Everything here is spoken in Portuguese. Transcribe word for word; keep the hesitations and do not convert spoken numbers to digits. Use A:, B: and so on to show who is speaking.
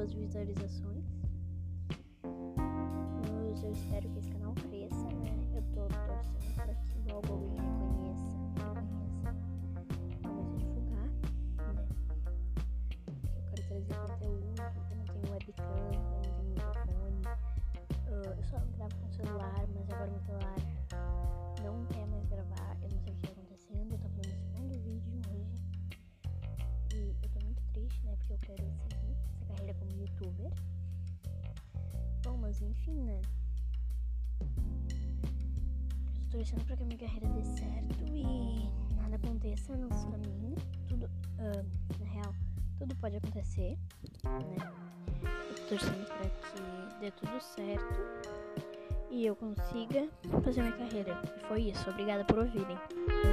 A: pelas visualizações. Mas eu espero que esse canal cresça, né? Eu tô torcendo para que logo alguém reconheça, reconheça, comece a divulgar, né? Eu quero trazer conteúdo, eu não tenho webcam, eu não tenho microfone, uh, eu só gravo com celular, mas agora meu celular não quer mais gravar, eu não sei o que tá acontecendo, eu tô fazendo o segundo vídeo hoje e eu tô muito triste, né, porque eu quero seguir essa carreira como youtuber. Bom, mas enfim, né, eu tô torcendo pra que a minha carreira dê certo e nada aconteça no caminho, tudo, uh, na real, tudo pode acontecer, né, eu tô torcendo pra que dê tudo certo e eu consiga fazer minha carreira. E foi isso. Obrigada por ouvirem.